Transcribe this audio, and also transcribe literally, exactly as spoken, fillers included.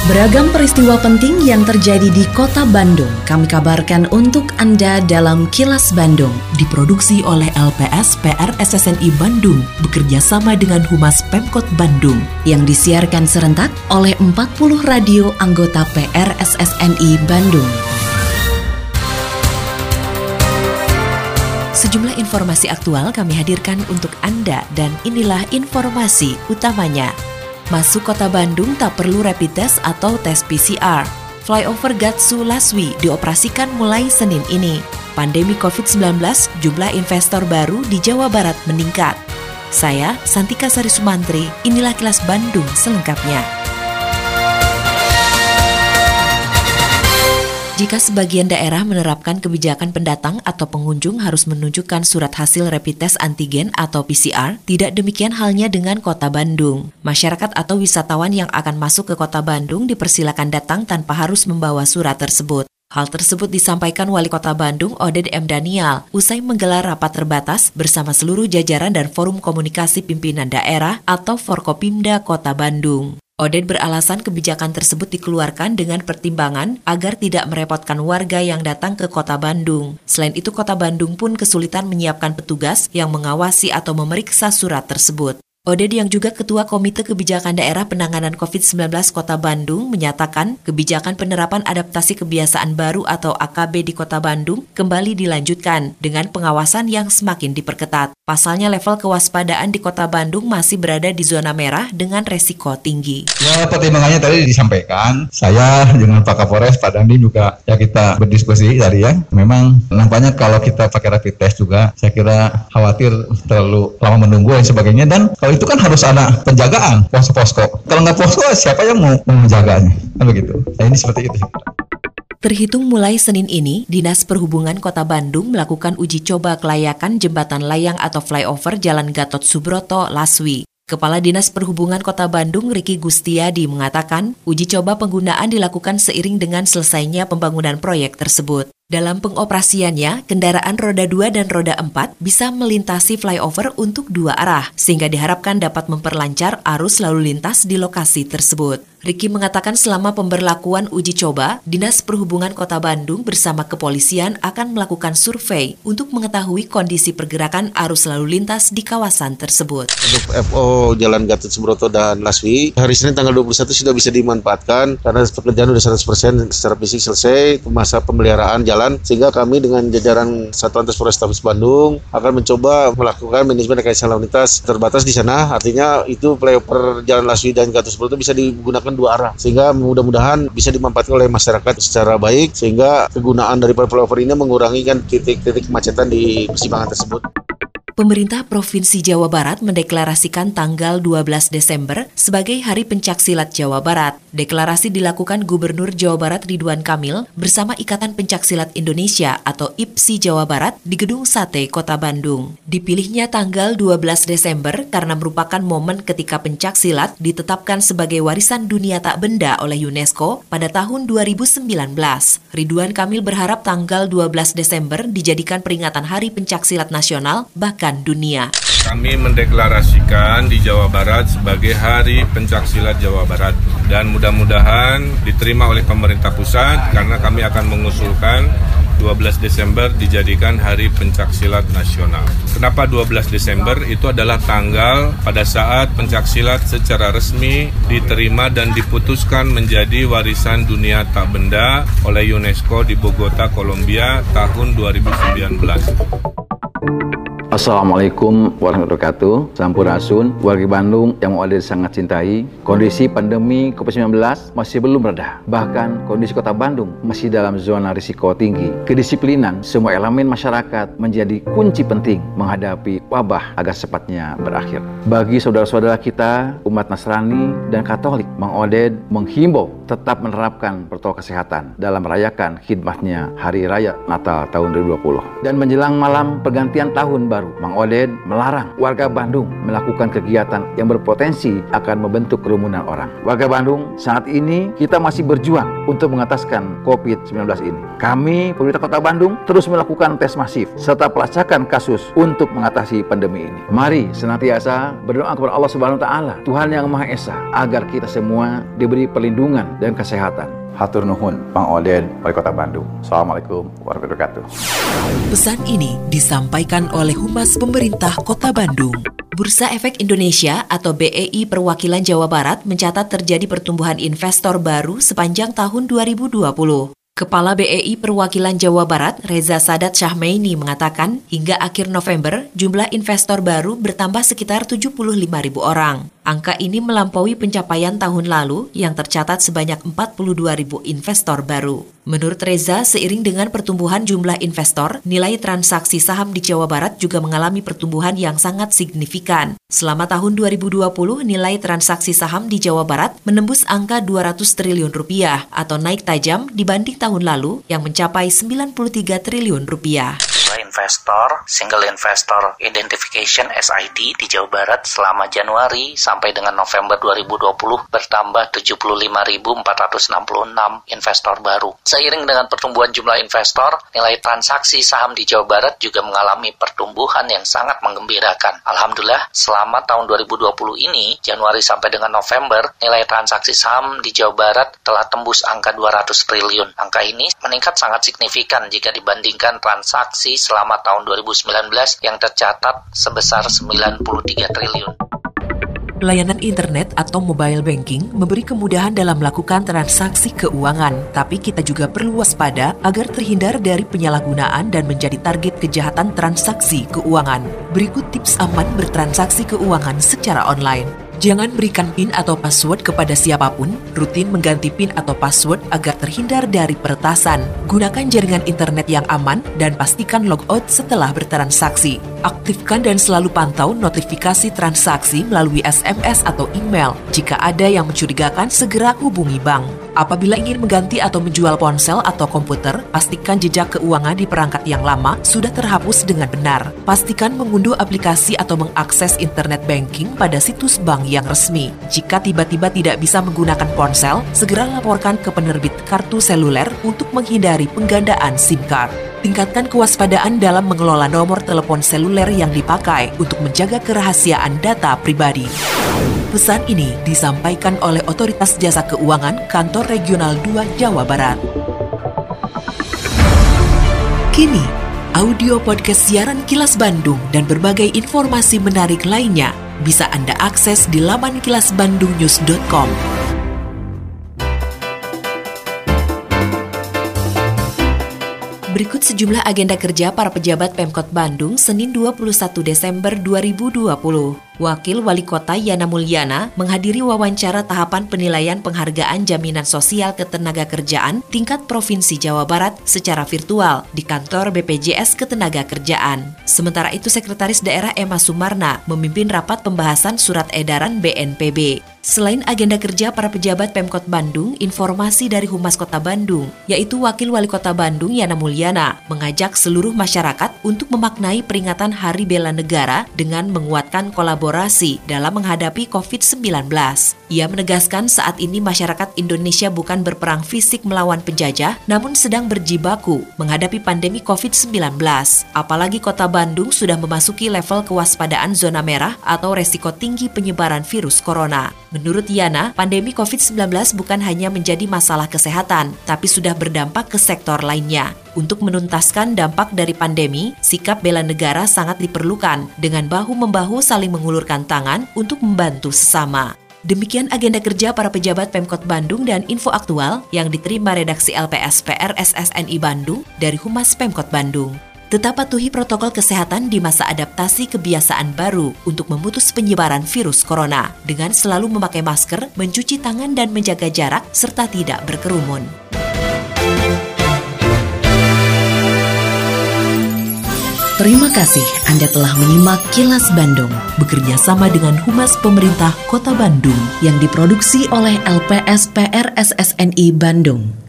Beragam peristiwa penting yang terjadi di Kota Bandung kami kabarkan untuk Anda dalam Kilas Bandung. Diproduksi oleh L P S P R S S N I Bandung bekerja sama dengan Humas Pemkot Bandung yang disiarkan serentak oleh empat puluh radio anggota P R S S N I Bandung. Sejumlah informasi aktual kami hadirkan untuk Anda dan inilah informasi utamanya. Masuk Kota Bandung tak perlu rapid test atau tes P C R. Flyover Gatsu Laswi dioperasikan mulai Senin ini. Pandemi covid sembilan belas, jumlah investor baru di Jawa Barat meningkat. Saya, Santika Sari Sumantri, inilah Kilas Bandung selengkapnya. Jika sebagian daerah menerapkan kebijakan pendatang atau pengunjung harus menunjukkan surat hasil rapid test antigen atau P C R, tidak demikian halnya dengan Kota Bandung. Masyarakat atau wisatawan yang akan masuk ke Kota Bandung dipersilakan datang tanpa harus membawa surat tersebut. Hal tersebut disampaikan Wali Kota Bandung Oded M. Daniel usai menggelar rapat terbatas bersama seluruh jajaran dan Forum Komunikasi Pimpinan Daerah atau Forkopimda Kota Bandung. Oded beralasan kebijakan tersebut dikeluarkan dengan pertimbangan agar tidak merepotkan warga yang datang ke Kota Bandung. Selain itu, Kota Bandung pun kesulitan menyiapkan petugas yang mengawasi atau memeriksa surat tersebut. Oded yang juga Ketua Komite Kebijakan Daerah Penanganan covid sembilan belas Kota Bandung menyatakan kebijakan penerapan adaptasi kebiasaan baru atau A K B di Kota Bandung kembali dilanjutkan dengan pengawasan yang semakin diperketat. Pasalnya level kewaspadaan di Kota Bandung masih berada di zona merah dengan resiko tinggi. Ya, pertimbangannya tadi disampaikan. Saya dengan Pak Kapolres, Pak Dandi juga ya kita berdiskusi tadi ya. Memang nampaknya kalau kita pakai rapid test juga saya kira khawatir terlalu lama menunggu dan sebagainya, dan kalau itu kan harus ada penjagaan, posko-posko. Kalau nggak posko, siapa yang mau menjaganya? Kan begitu. Nah, ini seperti itu. Terhitung mulai Senin ini, Dinas Perhubungan Kota Bandung melakukan uji coba kelayakan jembatan layang atau flyover Jalan Gatot Subroto, Laswi. Kepala Dinas Perhubungan Kota Bandung Riki Gustiadi mengatakan, uji coba penggunaan dilakukan seiring dengan selesainya pembangunan proyek tersebut. Dalam pengoperasiannya, kendaraan roda dua dan roda empat bisa melintasi flyover untuk dua arah, sehingga diharapkan dapat memperlancar arus lalu lintas di lokasi tersebut. Riki mengatakan selama pemberlakuan uji coba, Dinas Perhubungan Kota Bandung bersama kepolisian akan melakukan survei untuk mengetahui kondisi pergerakan arus lalu lintas di kawasan tersebut. Untuk F O Jalan Gatot Subroto dan Laswi, hari Senin tanggal dua puluh satu sudah bisa dimanfaatkan karena pekerjaan sudah seratus persen secara fisik selesai, masa pemeliharaan jalan, sehingga kami dengan jajaran Satuan Task Force Polrestabes Bandung akan mencoba melakukan manajemen rekayasa lalu lintas terbatas di sana. Artinya itu flyover Jalan Laswi dan Gatot Subroto bisa digunakan dua arah, sehingga mudah-mudahan bisa dimanfaatkan oleh masyarakat secara baik, sehingga kegunaan dari flyover ini mengurangi kan titik-titik kemacetan di persimpangan tersebut. Pemerintah Provinsi Jawa Barat mendeklarasikan tanggal dua belas Desember sebagai Hari Pencaksilat Jawa Barat. Deklarasi dilakukan Gubernur Jawa Barat Ridwan Kamil bersama Ikatan Pencaksilat Indonesia atau I P S I Jawa Barat di Gedung Sate, Kota Bandung. Dipilihnya tanggal dua belas Desember karena merupakan momen ketika pencaksilat ditetapkan sebagai warisan dunia tak benda oleh UNESCO pada tahun dua ribu sembilan belas. Ridwan Kamil berharap tanggal dua belas Desember dijadikan peringatan Hari Pencaksilat Nasional bahkan dunia. Kami mendeklarasikan di Jawa Barat sebagai Hari Pencaksilat Jawa Barat dan mudah-mudahan diterima oleh pemerintah pusat karena kami akan mengusulkan dua belas Desember dijadikan Hari Pencaksilat Nasional. Kenapa dua belas Desember? Itu adalah tanggal pada saat pencaksilat secara resmi diterima dan diputuskan menjadi warisan dunia tak benda oleh UNESCO di Bogota, Kolombia tahun dua ribu sembilan belas. Assalamualaikum warahmatullahi wabarakatuh. Sampurasun, warga Bandung yang Oded sangat cintai. Kondisi pandemi covid sembilan belas masih belum reda. Bahkan kondisi Kota Bandung masih dalam zona risiko tinggi. Kedisiplinan semua elemen masyarakat menjadi kunci penting menghadapi wabah agar cepatnya berakhir. Bagi saudara-saudara kita, umat Nasrani dan Katolik, Mang Oded menghimbau tetap menerapkan protokol kesehatan dalam merayakan khidmatnya Hari Raya Natal tahun dua ribu dua puluh. Dan menjelang malam pergantian tahun baru, baru. Mang Oded melarang warga Bandung melakukan kegiatan yang berpotensi akan membentuk kerumunan orang. Warga Bandung, saat ini kita masih berjuang untuk mengataskan covid sembilan belas ini. Kami, pemerintah Kota Bandung, terus melakukan tes masif serta pelacakan kasus untuk mengatasi pandemi ini. Mari senantiasa berdoa kepada Allah Subhanahu wa taala, Tuhan yang Maha Esa, agar kita semua diberi perlindungan dan kesehatan. Hatur nuhun, Mang Oded, Wali Kota Bandung. Assalamualaikum warahmatullahi wabarakatuh. Pesan ini disampaikan oleh Humas Pemerintah Kota Bandung. Bursa Efek Indonesia atau B E I Perwakilan Jawa Barat mencatat terjadi pertumbuhan investor baru sepanjang tahun dua ribu dua puluh. Kepala B E I Perwakilan Jawa Barat, Reza Sadat Syahmeini, mengatakan hingga akhir November, jumlah investor baru bertambah sekitar tujuh puluh lima ribu orang. Angka ini melampaui pencapaian tahun lalu yang tercatat sebanyak empat puluh dua ribu investor baru. Menurut Reza, seiring dengan pertumbuhan jumlah investor, nilai transaksi saham di Jawa Barat juga mengalami pertumbuhan yang sangat signifikan. Selama tahun dua ribu dua puluh, nilai transaksi saham di Jawa Barat menembus angka dua ratus triliun rupiah atau naik tajam dibanding tahun lalu yang mencapai sembilan puluh tiga triliun rupiah. Investor, Single Investor Identification S I D di Jawa Barat selama Januari sampai dengan November dua ribu dua puluh bertambah tujuh puluh lima ribu empat ratus enam puluh enam investor baru. Seiring dengan pertumbuhan jumlah investor, nilai transaksi saham di Jawa Barat juga mengalami pertumbuhan yang sangat menggembirakan. Alhamdulillah, selama tahun dua ribu dua puluh ini, Januari sampai dengan November, nilai transaksi saham di Jawa Barat telah tembus angka dua ratus triliun. Angka ini meningkat sangat signifikan jika dibandingkan transaksi selama tahun dua ribu sembilan belas yang tercatat sebesar sembilan puluh tiga triliun. Layanan internet atau mobile banking memberi kemudahan dalam melakukan transaksi keuangan, tapi kita juga perlu waspada agar terhindar dari penyalahgunaan dan menjadi target kejahatan transaksi keuangan. Berikut tips aman bertransaksi keuangan secara online. Jangan berikan PIN atau password kepada siapapun, rutin mengganti PIN atau password agar terhindar dari peretasan. Gunakan jaringan internet yang aman dan pastikan logout setelah bertransaksi. Aktifkan dan selalu pantau notifikasi transaksi melalui S M S atau email. Jika ada yang mencurigakan, segera hubungi bank. Apabila ingin mengganti atau menjual ponsel atau komputer, pastikan jejak keuangan di perangkat yang lama sudah terhapus dengan benar. Pastikan mengunduh aplikasi atau mengakses internet banking pada situs bank yang resmi. Jika tiba-tiba tidak bisa menggunakan ponsel, segera laporkan ke penerbit kartu seluler untuk menghindari penggandaan SIM card. Tingkatkan kewaspadaan dalam mengelola nomor telepon seluler yang dipakai untuk menjaga kerahasiaan data pribadi. Pesan ini disampaikan oleh Otoritas Jasa Keuangan Kantor Regional dua Jawa Barat. Kini, audio podcast siaran Kilas Bandung dan berbagai informasi menarik lainnya bisa Anda akses di laman kilas bandung news dot com. Berikut sejumlah agenda kerja para pejabat Pemkot Bandung Senin dua puluh satu Desember dua ribu dua puluh. Wakil Wali Kota Yana Mulyana menghadiri wawancara tahapan penilaian penghargaan jaminan sosial ketenagakerjaan tingkat Provinsi Jawa Barat secara virtual di kantor B P J S Ketenagakerjaan. Sementara itu Sekretaris Daerah Emma Sumarna memimpin rapat pembahasan surat edaran B N P B. Selain agenda kerja para pejabat Pemkot Bandung, informasi dari Humas Kota Bandung, yaitu Wakil Wali Kota Bandung Yana Mulyana, mengajak seluruh masyarakat untuk memaknai peringatan Hari Bela Negara dengan menguatkan kolaborasi dalam menghadapi covid sembilan belas. Ia menegaskan saat ini masyarakat Indonesia bukan berperang fisik melawan penjajah, namun sedang berjibaku menghadapi pandemi covid sembilan belas. Apalagi Kota Bandung sudah memasuki level kewaspadaan zona merah atau resiko tinggi penyebaran virus corona. Menurut Yana, pandemi covid sembilan belas bukan hanya menjadi masalah kesehatan, tapi sudah berdampak ke sektor lainnya. Untuk menuntaskan dampak dari pandemi, sikap bela negara sangat diperlukan dengan bahu-membahu saling mengulurkan tangan untuk membantu sesama. Demikian agenda kerja para pejabat Pemkot Bandung dan info aktual yang diterima redaksi L P S P R S S N I Bandung dari Humas Pemkot Bandung. Tetap patuhi protokol kesehatan di masa adaptasi kebiasaan baru untuk memutus penyebaran virus corona dengan selalu memakai masker, mencuci tangan dan menjaga jarak serta tidak berkerumun. Terima kasih Anda telah menyimak Kilas Bandung bekerja sama dengan Humas Pemerintah Kota Bandung yang diproduksi oleh L P S P R S S N I Bandung.